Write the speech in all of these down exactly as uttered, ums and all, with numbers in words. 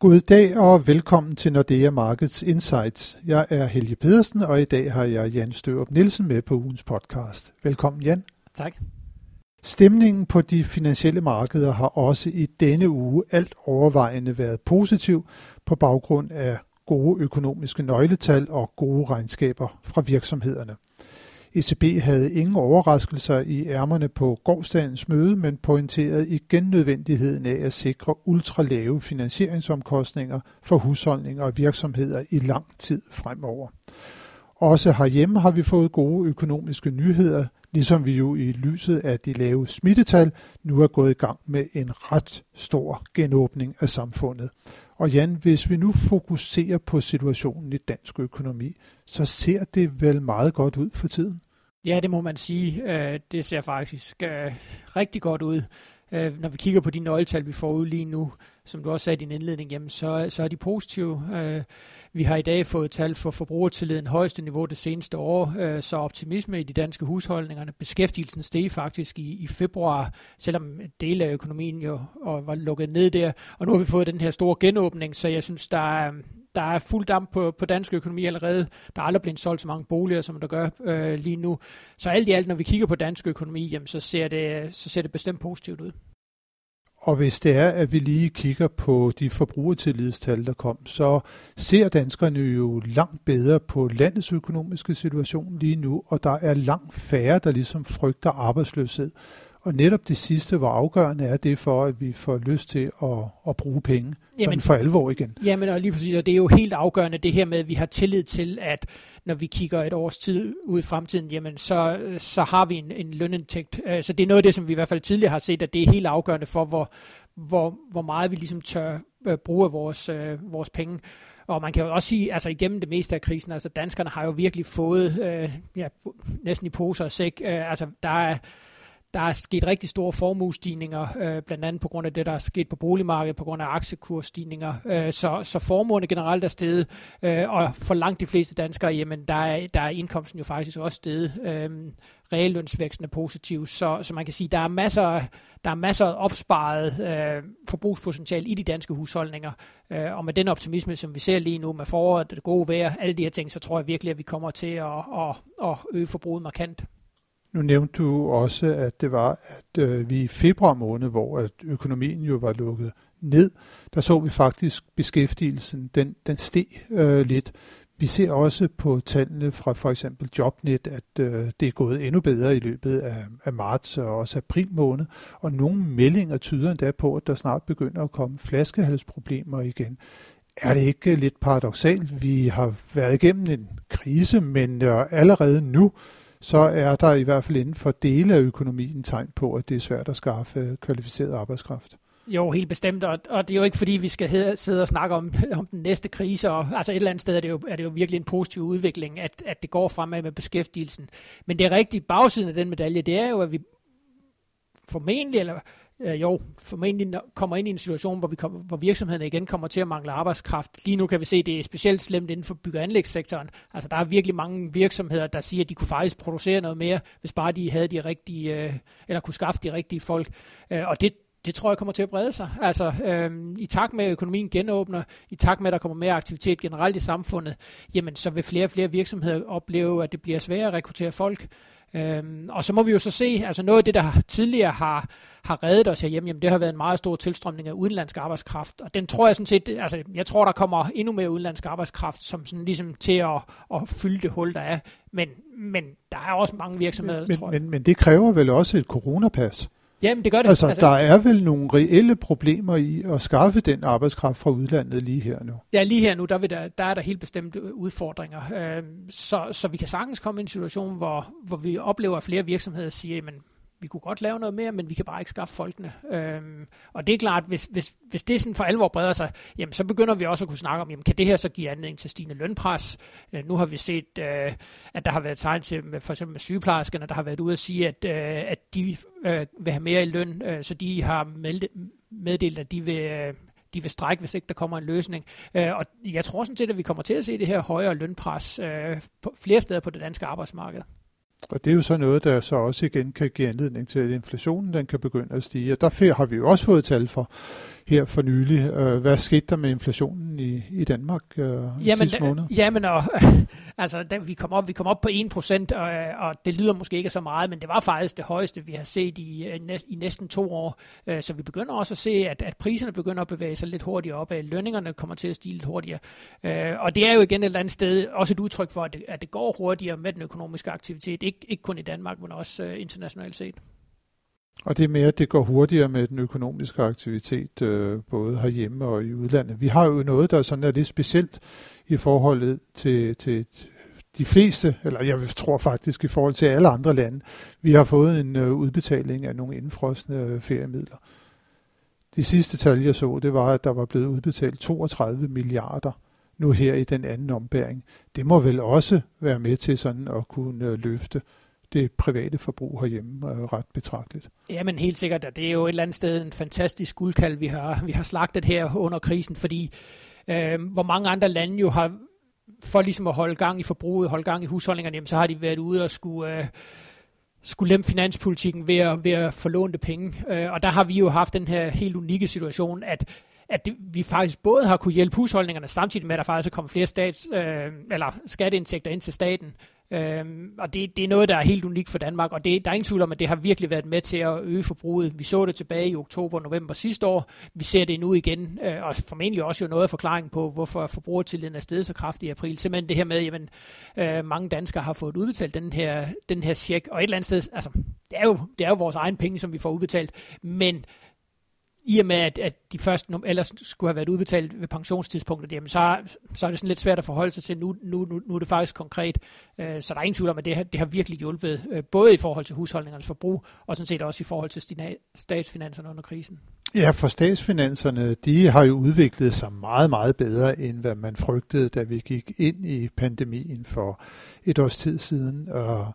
God dag og velkommen til Nordea Markets Insights. Jeg er Helge Pedersen, og i dag har jeg Jan Størup Nielsen med på ugens podcast. Velkommen, Jan. Tak. Stemningen på de finansielle markeder har også i denne uge alt overvejende været positiv på baggrund af gode økonomiske nøgletal og gode regnskaber fra virksomhederne. E C B havde ingen overraskelser i ærmerne på gårsdagens møde, men pointerede igen nødvendigheden af at sikre ultralave finansieringsomkostninger for husholdninger og virksomheder i lang tid fremover. Også herhjemme har vi fået gode økonomiske nyheder, ligesom vi jo i lyset af de lave smittetal nu er gået i gang med en ret stor genåbning af samfundet. Og Jan, hvis vi nu fokuserer på situationen i dansk økonomi, så ser det vel meget godt ud for tiden? Ja, det må man sige. Det ser faktisk rigtig godt ud. Når vi kigger på de nøgletal, vi får ud lige nu, som du også sagde i din indledning, jamen, så, så er de positive. Vi har i dag fået tal for forbrugertilliden højeste niveau det seneste år, så optimisme i de danske husholdninger. Beskæftigelsen steg faktisk i, i februar, selvom dele af økonomien jo og var lukket ned der. Og nu har vi fået den her store genåbning, så jeg synes, der er, der er fuld damp på, på dansk økonomi allerede. Der er aldrig blevet solgt så mange boliger, som der gør øh, lige nu. Så alt i alt, når vi kigger på dansk økonomi, jamen, så, ser det, så ser det bestemt positivt ud. Og hvis det er, at vi lige kigger på de forbrugertillidstal, der kom, så ser danskerne jo langt bedre på landets økonomiske situation lige nu, og der er langt færre, der ligesom frygter arbejdsløshed. Og netop det sidste, hvor afgørende er det for, at vi får lyst til at, at bruge penge jamen, for alvor igen. Jamen og lige præcis, og det er jo helt afgørende det her med, at vi har tillid til, at når vi kigger et års tid ud i fremtiden, jamen så, så har vi en, en lønindtægt. Så det er noget af det, som vi i hvert fald tidligere har set, at det er helt afgørende for, hvor, hvor, hvor meget vi ligesom tør bruge af vores, vores penge. Og man kan jo også sige, altså igennem det meste af krisen, altså danskerne har jo virkelig fået øh, ja, næsten i poser og sæk. Øh, altså der er Der er sket rigtig store formuestigninger, øh, blandt andet på grund af det, der er sket på boligmarkedet, på grund af aktiekursstigninger. Øh, så, så formuerne generelt er steget, øh, og for langt de fleste danskere, jamen, der er, der er indkomsten jo faktisk også steget. Øh, reallønsvæksten er positiv, så, så man kan sige, der er masser, der er masser af opsparet øh, forbrugspotentiale i de danske husholdninger. Øh, og med den optimisme, som vi ser lige nu med foråret, det gode vejr, alle de her ting, så tror jeg virkelig, at vi kommer til at, at, at øge forbruget markant. Nu nævnte du også, at det var, at øh, vi i februar måned, hvor at økonomien jo var lukket ned, der så vi faktisk beskæftigelsen, den, den steg øh, lidt. Vi ser også på tallene fra for eksempel Jobnet, at øh, det er gået endnu bedre i løbet af, af marts og også april måned, og nogle meldinger tyder endda på, at der snart begynder at komme flaskehalsproblemer igen. Er det ikke lidt paradoksalt? Vi har været igennem en krise, men øh, allerede nu, så er der i hvert fald inden for dele af økonomien tegn på, at det er svært at skaffe kvalificeret arbejdskraft. Jo, helt bestemt, og, og det er jo ikke fordi, vi skal hed, sidde og snakke om, om den næste krise, og altså et eller andet sted er det jo, er det jo virkelig en positiv udvikling, at, at det går fremad med beskæftigelsen. Men det rigtige bagsiden af den medalje, det er jo, at vi formentlig, eller øh, jo, formentlig kommer ind i en situation, hvor, vi kom, hvor virksomhederne igen kommer til at mangle arbejdskraft. Lige nu kan vi se, at det er specielt slemt inden for bygge- og anlægssektoren. Altså der er virkelig mange virksomheder, der siger, at de kunne faktisk producere noget mere, hvis bare de havde de rigtige, øh, eller kunne skaffe de rigtige folk. Øh, og det Det tror jeg kommer til at brede sig. Altså, øhm, i takt med, at økonomien genåbner, i takt med, at der kommer mere aktivitet generelt i samfundet, jamen, så vil flere og flere virksomheder opleve, at det bliver sværere at rekruttere folk. Øhm, og så må vi jo så se, altså noget af det, der tidligere har, har reddet os herhjemme, jamen, det har været en meget stor tilstrømning af udenlandsk arbejdskraft. Og den tror jeg sådan set, altså, jeg tror, der kommer endnu mere udenlandsk arbejdskraft, som sådan ligesom til at, at fylde det hul, der er. Men, men der er også mange virksomheder, men, tror jeg. Men, men det kræver vel også et coronapas? Jamen, det gør det. Altså, altså, der er vel nogle reelle problemer i at skaffe den arbejdskraft fra udlandet lige her nu? Ja, lige her nu, der, vil der, der er der helt bestemte udfordringer. Øh, så, så vi kan sagtens komme i en situation, hvor, hvor vi oplever, at flere virksomheder siger, men vi kunne godt lave noget mere, men vi kan bare ikke skaffe folkene. Øhm, og det er klart, hvis, hvis, hvis det sådan for alvor breder sig, jamen, så begynder vi også at kunne snakke om, jamen, kan det her så give anledning til stigende lønpres? Øh, nu har vi set, øh, at der har været tegn til, for eksempel med sygeplejerskerne, der har været ude at sige, at, øh, at de øh, vil have mere i løn, øh, så de har meldt, meddelt, at de vil... Øh, de vil strække, hvis ikke der kommer en løsning. Øh, og jeg tror sådan set, at vi kommer til at se det her højere lønpres øh, på flere steder på det danske arbejdsmarked. Og det er jo så noget, der så også igen kan give anledning til, at inflationen den kan begynde at stige. Og der har vi jo også fået tal for her for nylig. Øh, hvad skete der med inflationen i, i Danmark øh, jamen, sidste måned? Jamen, og, altså, da vi kom op, vi kom op på en procent, og, og det lyder måske ikke så meget, men det var faktisk det højeste, vi har set i, i næsten to år. Så vi begynder også at se, at, at priserne begynder at bevæge sig lidt hurtigere op, at lønningerne kommer til at stige lidt hurtigere. Og det er jo igen et eller andet sted også et udtryk for, at det, at det går hurtigere med den økonomiske aktivitet, ikke, ikke kun i Danmark, men også internationalt set. Og det er mere, at det går hurtigere med den økonomiske aktivitet, øh, både herhjemme og i udlandet. Vi har jo noget, der sådan er lidt specielt i forhold til, til de fleste, eller jeg tror faktisk i forhold til alle andre lande. Vi har fået en øh, udbetaling af nogle indfrosne øh, feriemidler. De sidste tal, jeg så, det var, at der var blevet udbetalt toogtredive milliarder nu her i den anden ombæring. Det må vel også være med til sådan at kunne øh, løfte det private forbrug herhjemme er ret betragteligt. Ja, men helt sikkert, at det er jo et eller andet sted en fantastisk guldkald, vi har, vi har slagtet her under krisen, fordi øh, hvor mange andre lande jo har, for ligesom at holde gang i forbruget, holde gang i husholdningerne, jamen, så har de været ude og skulle, øh, skulle lempe finanspolitikken ved at, ved at forlåne penge. Øh, og der har vi jo haft den her helt unikke situation, at at det, vi faktisk både har kunne hjælpe husholdningerne, samtidig med, at der faktisk er kommet flere stats, øh, eller skatteindtægter ind til staten. Øhm, og det, det er noget, der er helt unikt for Danmark, og det, der er ingen tvivl om, at det har virkelig været med til at øge forbruget. Vi så det tilbage i oktober og november sidste år. Vi ser det nu igen, øh, og formentlig også jo noget af forklaringen på, hvorfor forbrugertilliden er steget så kraftigt i april. Simpelthen det her med, at øh, mange danskere har fået udbetalt den her, den her check, og et eller andet sted, altså, det er jo, det er jo vores egen penge, som vi får udbetalt, men i og med, at, at de først ellers skulle have været udbetalt ved pensionstidspunktet, jamen så, så er det sådan lidt svært at forholde sig til. Nu, nu, nu, nu er det faktisk konkret. Øh, så der er ingen tvivl om, at det har, det har virkelig hjulpet, øh, både i forhold til husholdningernes forbrug, og sådan set også i forhold til statsfinanserne under krisen. Ja, for statsfinanserne, de har jo udviklet sig meget, meget bedre, end hvad man frygtede, da vi gik ind i pandemien for et års tid siden. Og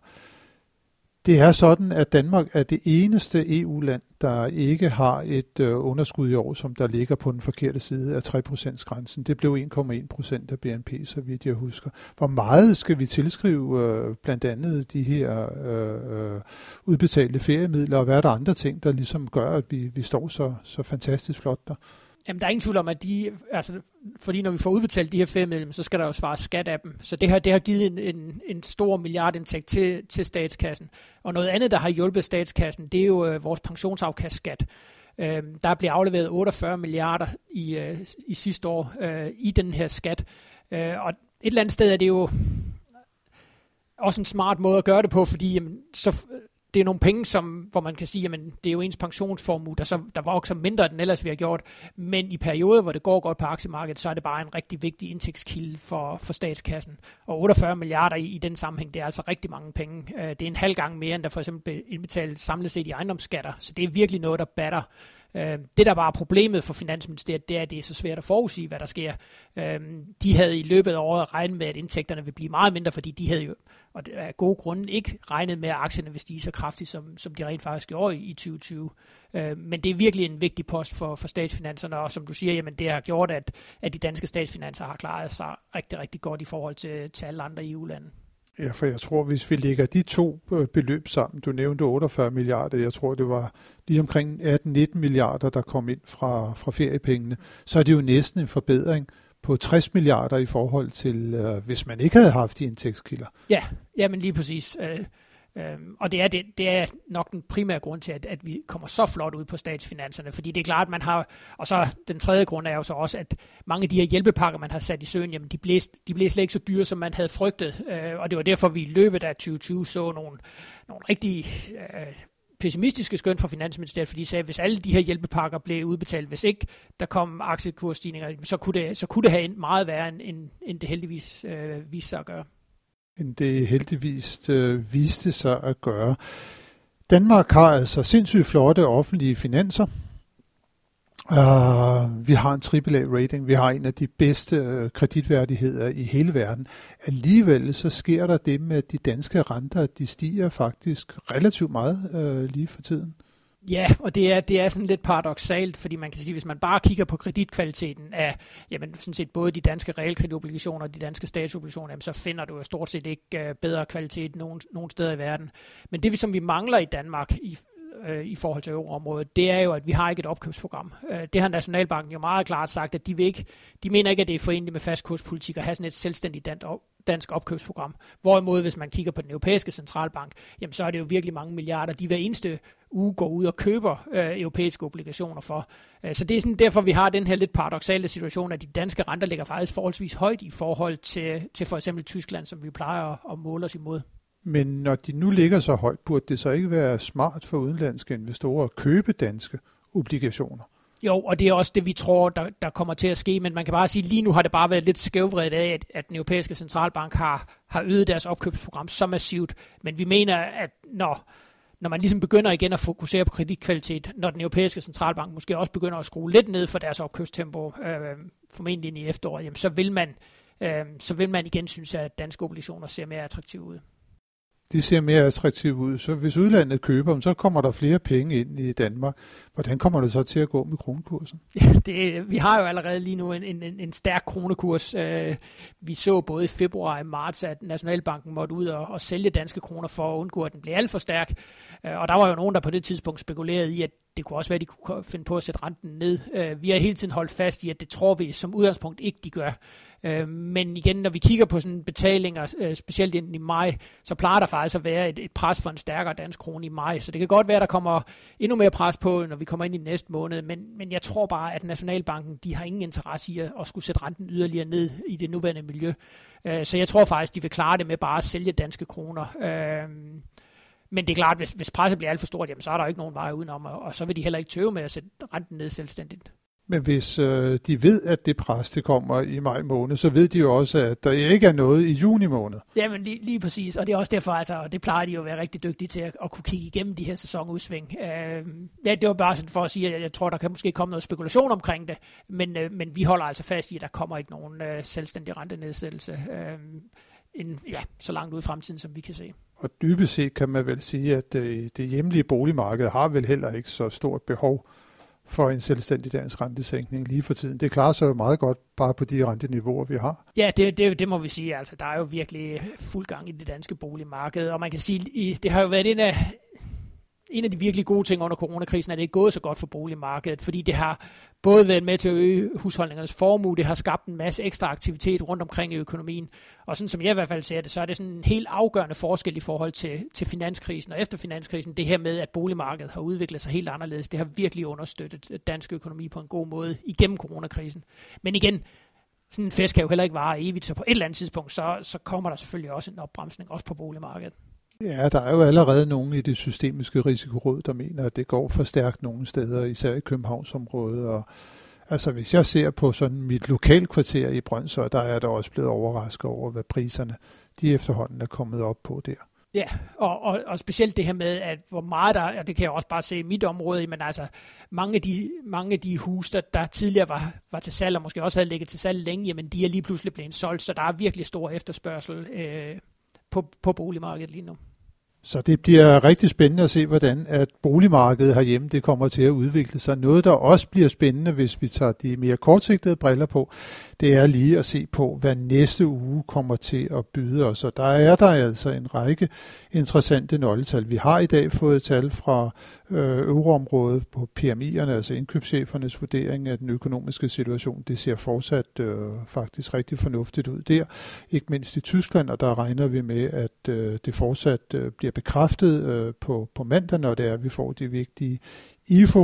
det er sådan, at Danmark er det eneste E U-land, der ikke har et øh, underskud i år, som der ligger på den forkerte side af tre procent grænsen. Det blev en komma en procent af B N P, så vidt jeg husker. Hvor meget skal vi tilskrive øh, blandt andet de her øh, udbetalte feriemidler, og hvad er der andre ting, der ligesom gør, at vi, vi står så, så fantastisk flot der? Jamen, der er ingen tvivl om, at de, altså, fordi når vi får udbetalt de her feriemidler, så skal der jo svare skat af dem. Så det har, det har givet en, en, en stor milliardindtægt til, til statskassen. Og noget andet, der har hjulpet statskassen, det er jo øh, vores pensionsafkastskat. Øh, der bliver afleveret otteogfyrre milliarder i, øh, i sidste år øh, i den her skat. Øh, og et eller andet sted er det jo også en smart måde at gøre det på, fordi jamen, så det er nogle penge, som, hvor man kan sige, at det er jo ens pensionsformue, der, så, der vokser mindre, end ellers vi har gjort. Men i perioder, hvor det går godt på aktiemarkedet, så er det bare en rigtig vigtig indtægtskilde for, for statskassen. Og otteogfyrre milliarder i, i den sammenhæng, det er altså rigtig mange penge. Det er en halv gang mere, end der for eksempel blev indbetalt samlet set i ejendomsskatter. Så det er virkelig noget, der batter. Det, der bare er problemet for Finansministeriet, det er, at det er så svært at forudsige, hvad der sker. De havde i løbet af året regnet med, at indtægterne vil blive meget mindre, fordi de havde jo, og det er gode grunde, ikke regnet med, at aktierne vil stige så kraftigt, som, som de rent faktisk gjorde i tyve tyve. Men det er virkelig en vigtig post for, for statsfinanserne, og som du siger, jamen, det har gjort, at, at de danske statsfinanser har klaret sig rigtig, rigtig godt i forhold til, til alle andre E U-lande. Ja, for jeg tror, hvis vi lægger de to beløb sammen, du nævnte otteogfyrre milliarder, jeg tror, det var lige omkring atten nitten milliarder, der kom ind fra, fra feriepengene, så er det jo næsten en forbedring på tres milliarder i forhold til, øh, hvis man ikke havde haft de indtægtskilder. Ja, ja, men lige præcis. Øh, øh, og det er, det, det er nok den primære grund til, at, at vi kommer så flot ud på statsfinanserne, fordi det er klart, at man har, og så den tredje grund er jo så også, at mange af de her hjælpepakker, man har sat i søen, jamen de blev, de blev slet ikke så dyre, som man havde frygtet, øh, og det var derfor, vi i løbet af tyve tyve så nogle, nogle rigtig øh, pessimistiske skøn fra Finansministeriet, fordi de sagde, at hvis alle de her hjælpepakker blev udbetalt, hvis ikke der kom aktiekursstigninger, så kunne det, så kunne det have meget værre, end, end det heldigvis øh, viste sig at gøre. End det heldigvis øh, viste sig at gøre. Danmark har altså sindssygt flotte offentlige finanser. Uh, vi har en triple A rating, vi har en af de bedste uh, kreditværdigheder i hele verden. Alligevel så sker der det med, at de danske renter, de stiger faktisk relativt meget uh, lige for tiden. Ja, og det er, det er sådan lidt paradoksalt, fordi man kan sige, hvis man bare kigger på kreditkvaliteten af jamen, sådan set både de danske realkreditobligationer og de danske statsobligationer, jamen, så finder du jo stort set ikke uh, bedre kvalitet nogen, nogen steder i verden. Men det, som vi mangler i Danmark, i øh, i forhold til euroområdet, det er jo, at vi har ikke et opkøbsprogram. Øh, det har Nationalbanken jo meget klart sagt, at de, vil ikke, de mener ikke, at det er forenligt med fastkurspolitik at have sådan et selvstændigt dansk opkøbsprogram. Hvorimod, hvis man kigger på den europæiske centralbank, jamen så er det jo virkelig mange milliarder, de hver eneste uge går ud og køber øh, europæiske obligationer for. Øh, så det er sådan derfor, vi har den her lidt paradoksale situation, at de danske renter ligger faktisk forholdsvis højt i forhold til, til for eksempel Tyskland, som vi plejer at, at måle os imod. Men når de nu ligger så højt, burde det så ikke være smart for udenlandske investorer at købe danske obligationer? Jo, og det er også det, vi tror, der, der kommer til at ske, men man kan bare sige, at lige nu har det bare været lidt skævvredet af, at, at den europæiske centralbank har, har øget deres opkøbsprogram så massivt, men vi mener, at når, når man ligesom begynder igen at fokusere på kreditkvalitet, når den europæiske centralbank måske også begynder at skrue lidt ned for deres opkøbstempo, øh, formentlig i efteråret, jamen, så, vil man, øh, så vil man igen synes, at danske obligationer ser mere attraktive ud. De ser mere attraktive ud. Så hvis udlandet køber dem, så kommer der flere penge ind i Danmark. Hvordan kommer det så til at gå med kronekursen? Det, vi har jo allerede lige nu en, en, en stærk kronekurs. Vi så både i februar og marts, at Nationalbanken måtte ud og, og sælge danske kroner for at undgå, at den blev alt for stærk. Og der var jo nogen, der på det tidspunkt spekulerede i, at det kunne også være, at de kunne finde på at sætte renten ned. Vi har hele tiden holdt fast i, at det tror vi som udgangspunkt ikke, de gør. Men igen, når vi kigger på sådan betalinger, specielt i maj, så plejer der faktisk at være et, et pres for en stærkere dansk krone i maj. Så det kan godt være, at der kommer endnu mere pres på, når vi kommer ind i næste måned. Men, men jeg tror bare, at Nationalbanken, de har ingen interesse i at, at skulle sætte renten yderligere ned i det nuværende miljø. Så jeg tror faktisk, de vil klare det med bare at sælge danske kroner. Men det er klart, hvis, hvis presset bliver alt for stort, jamen, så er der jo ikke nogen vej udenom, og, og så vil de heller ikke tøve med at sætte renten ned selvstændigt. Men hvis øh, de ved, at det pres det kommer i maj måned, så ved de jo også, at der ikke er noget i juni måned. Jamen lige, lige præcis, og det er også derfor, altså, og det plejer de jo at være rigtig dygtige til at, at kunne kigge igennem de her sæsonudsving. Øh, ja, det var bare sådan for at sige, at jeg tror, der kan måske komme noget spekulation omkring det, men, øh, men vi holder altså fast i, at der kommer ikke nogen øh, selvstændig rentenedsættelse, øh, inden, ja, så langt ud i fremtiden, som vi kan se. Og dybest set kan man vel sige, at det, det hjemlige boligmarked har vel heller ikke så stort behov for en selvstændig dansk rentesænkning lige for tiden. Det klarer sig jo meget godt bare på de renteniveauer, vi har. Ja, det, det, det må vi sige. Altså, der er jo virkelig fuld gang i det danske boligmarked, og man kan sige, det har jo været en af, en af de virkelig gode ting under coronakrisen, at det er gået så godt for boligmarkedet, fordi det har både været med til at øge husholdningernes formue, det har skabt en masse ekstra aktivitet rundt omkring i økonomien, og sådan som jeg i hvert fald ser det, så er det sådan en helt afgørende forskel i forhold til, til finanskrisen, og efter finanskrisen, det her med, at boligmarkedet har udviklet sig helt anderledes, det har virkelig understøttet dansk økonomi på en god måde igennem coronakrisen. Men igen, sådan en fest kan jo heller ikke vare evigt, så på et eller andet tidspunkt, så, så kommer der selvfølgelig også en opbremsning, også på boligmarkedet. Ja, der er jo allerede nogen i det systemiske risikoråd, der mener, at det går for stærkt nogle steder, især i Københavnsområdet. Og, altså hvis jeg ser på sådan mit lokalkvarter i Brønshøj, der er der også blevet overrasket over, hvad priserne de efterhånden er kommet op på der. Ja, og, og, og specielt det her med, at hvor meget der, og det kan jeg også bare se i mit område, men altså mange af de, mange af de huse, der, der tidligere var, var til salg, og måske også havde ligget til salg længe, jamen de er lige pludselig blevet solgt, så der er virkelig stor efterspørgsel øh, på, på boligmarkedet lige nu. Så det bliver rigtig spændende at se, hvordan at boligmarkedet herhjemme det kommer til at udvikle sig. Noget, der også bliver spændende, hvis vi tager de mere kortsigtede briller på, det er lige at se på, hvad næste uge kommer til at byde os. Og der er der altså en række interessante nøgletal. Vi har i dag fået tal fra øh, euroområdet på P M I'erne, altså indkøbschefernes vurdering af den økonomiske situation. Det ser fortsat øh, faktisk rigtig fornuftigt ud der. Ikke mindst i Tyskland, og der regner vi med, at øh, det fortsat øh, bliver bekræftet øh, på, på mandag, når det er, at vi får de vigtige I F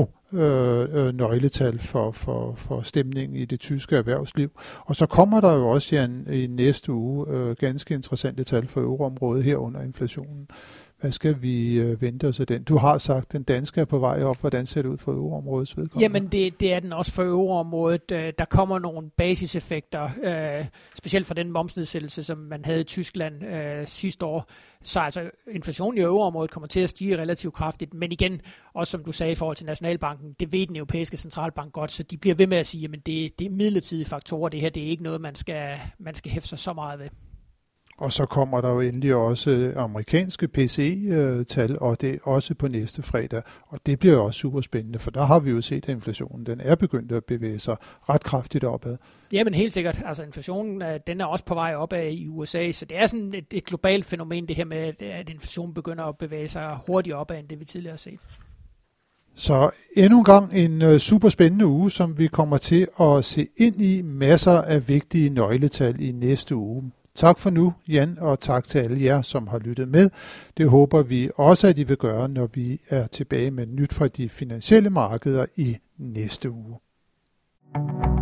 O-nøgletal øh, for, for, for stemningen i det tyske erhvervsliv. Og så kommer der jo også ja, i næste uge øh, ganske interessante tal for euroområdet herunder inflationen. Hvad skal vi øh, vente os af den? Du har sagt, at den danske er på vej op. Hvordan ser det ud for euroområdets vedkommende? Jamen, det, det er den også for euroområdet. Der kommer nogle basiseffekter, øh, specielt for den momsnedsættelse, som man havde i Tyskland øh, sidste år. Så altså, inflationen i euroområdet kommer til at stige relativt kraftigt. Men igen, også som du sagde i forhold til Nationalbanken, det ved den europæiske centralbank godt, så de bliver ved med at sige, at det, det er midlertidige faktorer. Det her det er ikke noget, man skal, man skal hæfte sig så meget ved. Og så kommer der jo endelig også amerikanske P C E-tal, og det er også på næste fredag. Og det bliver jo også super spændende, for der har vi jo set, at inflationen den er begyndt at bevæge sig ret kraftigt opad. Ja, men helt sikkert. Altså inflationen, den er også på vej opad i U S A, så det er sådan et, et globalt fænomen, det her med, at inflationen begynder at bevæge sig hurtigt opad, end det vi tidligere har set. Så endnu en gang en super spændende uge, som vi kommer til at se ind i masser af vigtige nøgletal i næste uge. Tak for nu, Jan, og tak til alle jer, som har lyttet med. Det håber vi også, at I vil gøre, når vi er tilbage med nyt fra de finansielle markeder i næste uge.